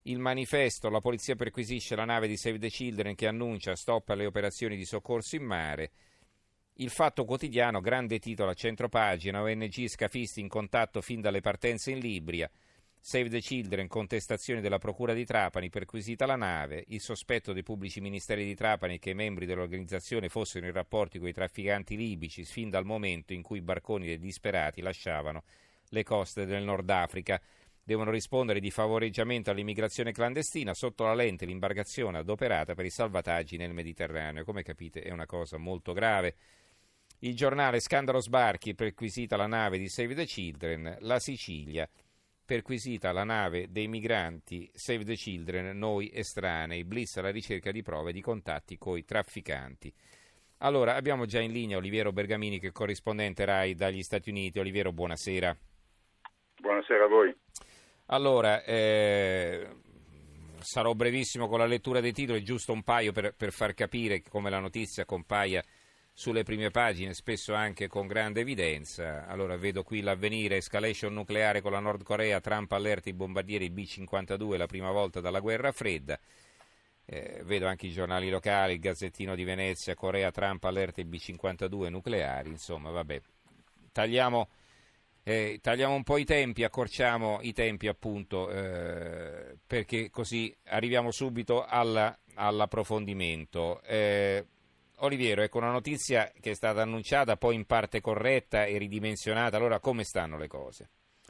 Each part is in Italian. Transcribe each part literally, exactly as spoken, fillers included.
Il Manifesto, la polizia perquisisce la nave di Save the Children che annuncia stop alle operazioni di soccorso in mare. Il Fatto Quotidiano, grande titolo a centropagina, O N G scafisti in contatto fin dalle partenze in Libia. Save the Children, contestazioni della Procura di Trapani, perquisita la nave. Il sospetto dei pubblici ministeri di Trapani che i membri dell'organizzazione fossero in rapporti con i trafficanti libici fin dal momento in cui i barconi dei disperati lasciavano le coste del Nord Africa. Devono rispondere di favoreggiamento all'immigrazione clandestina sotto la lente l'imbarcazione adoperata per i salvataggi nel Mediterraneo. Come capite è una cosa molto grave. Il Giornale, scandalo sbarchi, perquisita la nave di Save the Children. La Sicilia, perquisita la nave dei migranti Save the Children, noi estranei, blitz alla ricerca di prove di contatti coi trafficanti. Allora, abbiamo già in linea Oliviero Bergamini, che è corrispondente RAI dagli Stati Uniti. Oliviero, buonasera. Buonasera a voi. Allora, eh, sarò brevissimo con la lettura dei titoli, giusto un paio per, per far capire come la notizia compaia sulle prime pagine, spesso anche con grande evidenza. Allora, vedo qui l'Avvenire, escalation nucleare con la Nord Corea, Trump allerta i bombardieri B cinquantadue, la prima volta dalla guerra fredda. Eh, vedo anche i giornali locali, il Gazzettino di Venezia, Corea, Trump allerta i B cinquantadue nucleari, insomma, vabbè. Tagliamo... Eh, tagliamo un po' i tempi, accorciamo i tempi appunto eh, perché così arriviamo subito alla, all'approfondimento. Eh, Oliviero, ecco una notizia che è stata annunciata, poi in parte corretta e ridimensionata. Allora, come stanno le cose?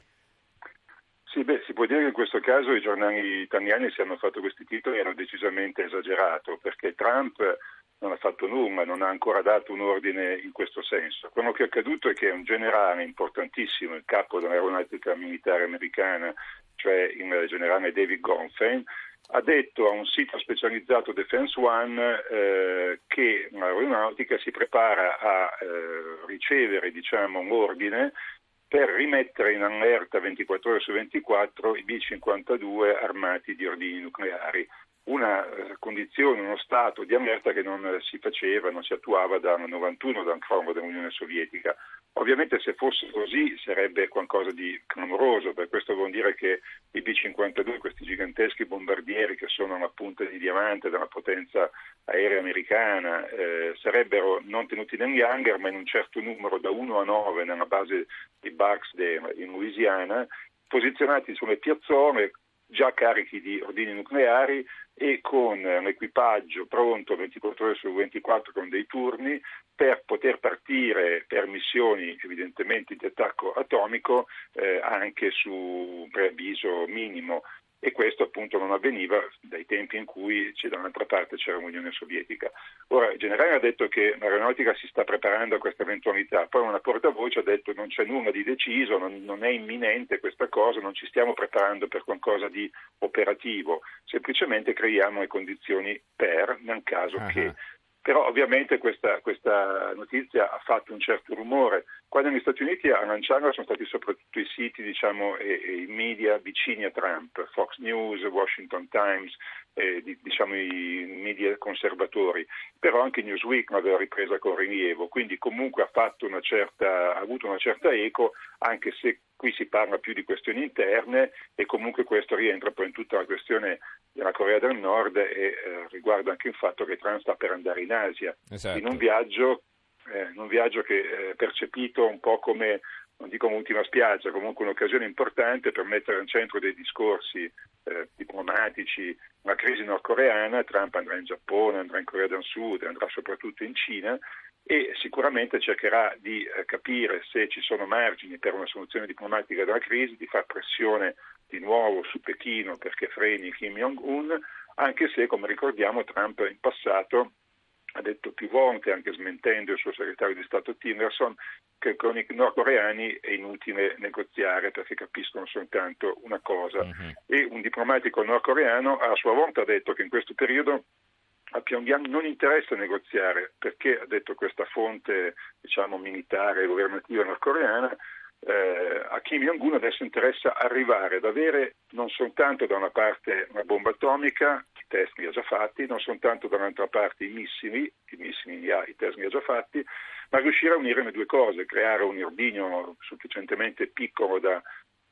Sì, beh, si può dire che in questo caso i giornali italiani, se hanno fatto questi titoli, hanno decisamente esagerato, perché Trump non ha fatto nulla, non ha ancora dato un ordine in questo senso. Quello che è accaduto è che un generale importantissimo, il capo dell'aeronautica militare americana, cioè il generale David Gonfalon, ha detto a un sito specializzato Defense One eh, che l'aeronautica si prepara a eh, ricevere, diciamo, un ordine per rimettere in allerta ventiquattro ore su ventiquattro i B cinquantadue armati di ordigni nucleari. Una eh, condizione, uno stato di allerta che non eh, si faceva, non si attuava dal novantuno, dal crollo dell'Unione Sovietica. Ovviamente se fosse così sarebbe qualcosa di clamoroso, per questo vuol dire che i B cinquantadue, questi giganteschi bombardieri che sono una punta di diamante della potenza aerea americana, eh, sarebbero non tenuti negli hangar ma in un certo numero da uno a nove nella base di Barksdale in Louisiana, posizionati sulle piazzole già carichi di ordigni nucleari e con l'equipaggio pronto ventiquattro ore su ventiquattro con dei turni per poter partire per missioni evidentemente di attacco atomico eh, anche su preavviso minimo. E questo appunto non avveniva dai tempi in cui dall'altra parte c'era l'Unione Sovietica. Ora il generale ha detto che l'aeronautica si sta preparando a questa eventualità, poi una portavoce ha detto che non c'è nulla di deciso, non, non è imminente questa cosa, non ci stiamo preparando per qualcosa di operativo, semplicemente creiamo le condizioni per, nel caso uh-huh. che... Però ovviamente questa, questa notizia ha fatto un certo rumore. Qua negli Stati Uniti a lanciarla sono stati soprattutto i siti, diciamo, e, e i media vicini a Trump, Fox News, Washington Times, eh, di, diciamo i media conservatori, però anche Newsweek l'aveva ripresa con rilievo, quindi comunque ha fatto una certa, ha avuto una certa eco, anche se qui si parla più di questioni interne e comunque questo rientra poi in tutta la questione della Corea del Nord e eh, riguarda anche il fatto che Trump sta per andare in Asia, esatto. in un viaggio, eh, in un viaggio che è eh, percepito un po' come, non dico un'ultima spiaggia, comunque un'occasione importante per mettere al centro dei discorsi eh, diplomatici la crisi nordcoreana. Trump andrà in Giappone, andrà in Corea del Sud, andrà soprattutto in Cina e sicuramente cercherà di eh, capire se ci sono margini per una soluzione diplomatica della crisi, di far pressione di nuovo su Pechino perché freni Kim Jong-un, anche se, come ricordiamo, Trump in passato ha detto più volte, anche smentendo il suo segretario di Stato Tillerson, che con i nordcoreani è inutile negoziare perché capiscono soltanto una cosa. Uh-huh. E un diplomatico nordcoreano a sua volta ha detto che in questo periodo a Pyongyang non interessa negoziare perché, ha detto questa fonte, diciamo, militare e governativa nordcoreana, Eh, a Kim Jong-un adesso interessa arrivare ad avere non soltanto da una parte una bomba atomica, i test li ha già fatti, non soltanto dall'altra parte i missili, i missili li ha, i test li ha già fatti, ma riuscire a unire le due cose, creare un ordigno sufficientemente piccolo da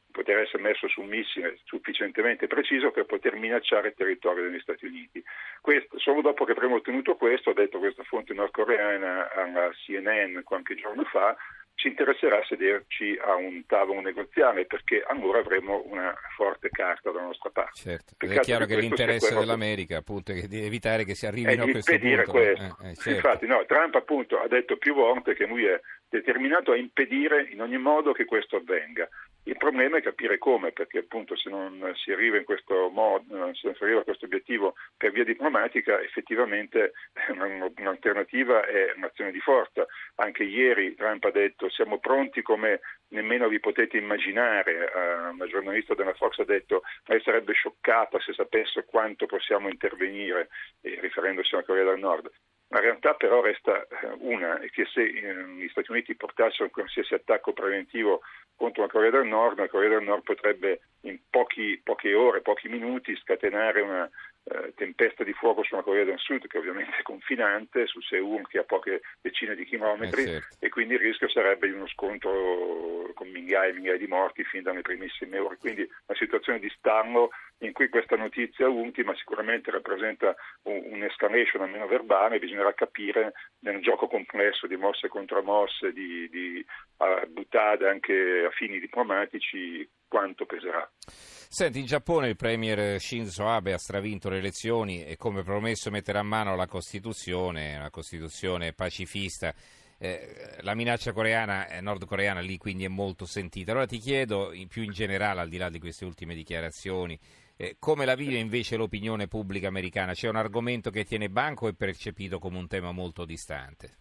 poter essere messo su un missile sufficientemente preciso per poter minacciare il territorio degli Stati Uniti. Questo, solo dopo che avremo ottenuto questo, ha detto questa fonte nordcoreana alla C N N qualche giorno fa, ci interesserà sederci a un tavolo negoziale, perché allora avremo una forte carta dalla nostra parte. Certo, ed è chiaro che, che l'interesse dell'America appunto è di evitare che si arrivino a questo punto. Questo. Eh, eh, certo. Infatti no, Trump appunto ha detto più volte che lui è determinato a impedire in ogni modo che questo avvenga. Il problema è capire come, perché appunto se non si arriva in questo modo, se non si arriva a questo obiettivo per via diplomatica, effettivamente un'alternativa è un'azione di forza. Anche ieri Trump ha detto siamo pronti come nemmeno vi potete immaginare. Uh, una giornalista della Fox ha detto lei sarebbe scioccata se sapesse quanto possiamo intervenire, eh, riferendosi alla Corea del Nord. La realtà però resta una, è che se gli Stati Uniti portassero un qualsiasi attacco preventivo contro la Corea del Nord, la Corea del Nord potrebbe in pochi, poche ore, pochi minuti scatenare una eh, tempesta di fuoco sulla Corea del Sud, che ovviamente è confinante, su Seul che ha poche decine di chilometri, eh certo. E quindi il rischio sarebbe di uno scontro con migliaia e migliaia di morti fin dalle primissime ore. Quindi una situazione di stallo in cui questa notizia ultima sicuramente rappresenta un, un'escalation almeno verbale. Bisognerà capire nel gioco complesso di mosse e contromosse, di, di uh, buttate anche a fini diplomatici, quanto peserà. Senti, in Giappone il premier Shinzo Abe ha stravinto le elezioni e come promesso metterà a mano la Costituzione, una Costituzione pacifista. Eh, la minaccia coreana, eh, nordcoreana lì quindi è molto sentita. Allora ti chiedo, in, più in generale, al di là di queste ultime dichiarazioni, eh, come la vive invece l'opinione pubblica americana? C'è un argomento che tiene banco o è percepito come un tema molto distante?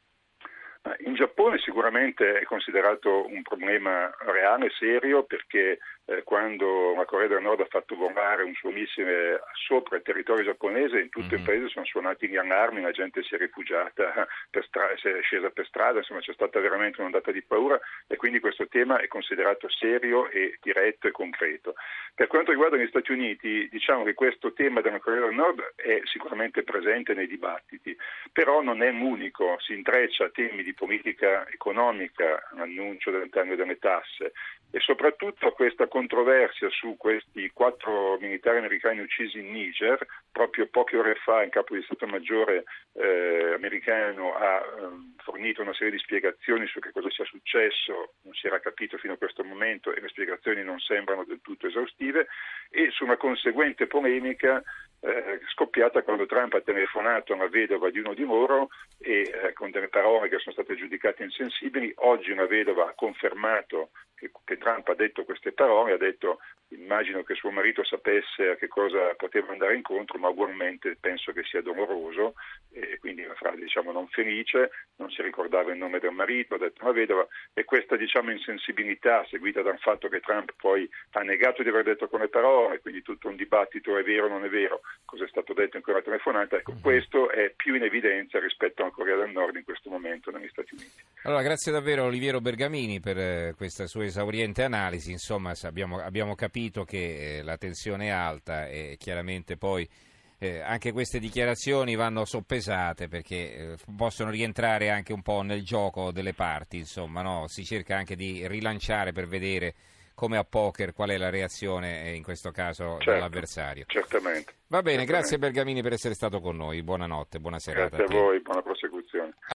In Giappone sicuramente è considerato un problema reale e serio, perché eh, quando la Corea del Nord ha fatto volare un suo missile sopra il territorio giapponese, in tutto mm-hmm. il paese sono suonati gli allarmi, la gente si è rifugiata, per stra- si è scesa per strada, insomma c'è stata veramente un'ondata di paura, e quindi questo tema è considerato serio e diretto e concreto. Per quanto riguarda gli Stati Uniti, diciamo che questo tema della Corea del Nord è sicuramente presente nei dibattiti, però non è l'unico, si intreccia a temi di politica economica, l'annuncio del taglio delle tasse, e soprattutto questa controversia su questi quattro militari americani uccisi in Niger. Proprio poche ore fa il capo di Stato Maggiore eh, americano ha eh, fornito una serie di spiegazioni su che cosa sia successo, non si era capito fino a questo momento e le spiegazioni non sembrano del tutto esaustive, e su una conseguente polemica eh, scoppiata quando Trump ha telefonato alla vedova di uno di loro e eh, con delle parole che sono state giudicate insensibili. Oggi una vedova ha confermato che, che Trump ha detto queste parole, ha detto immagino che suo marito sapesse a che cosa poteva andare incontro, ma ugualmente penso che sia doloroso, e quindi una frase diciamo non felice, non si ricordava il nome del marito, ha detto una vedova, e questa diciamo insensibilità seguita dal fatto che Trump poi ha negato di aver detto quelle parole, quindi tutto un dibattito è vero o non è vero, cosa è stato detto in quella telefonata, ecco, questo è più in evidenza rispetto alla Corea del Nord in questo momento negli Stati Uniti. Allora, grazie davvero a Oliviero Bergamini per eh, questa sua esauriente analisi. Insomma, abbiamo, abbiamo capito che eh, la tensione è alta e chiaramente poi eh, anche queste dichiarazioni vanno soppesate, perché eh, possono rientrare anche un po' nel gioco delle parti, insomma, no? Si cerca anche di rilanciare per vedere come a poker qual è la reazione in questo caso certo, dell'avversario. Certamente. Va bene, certamente. Grazie Bergamini per essere stato con noi, buonanotte, buona serata. Grazie a, a voi, buona prosecuzione.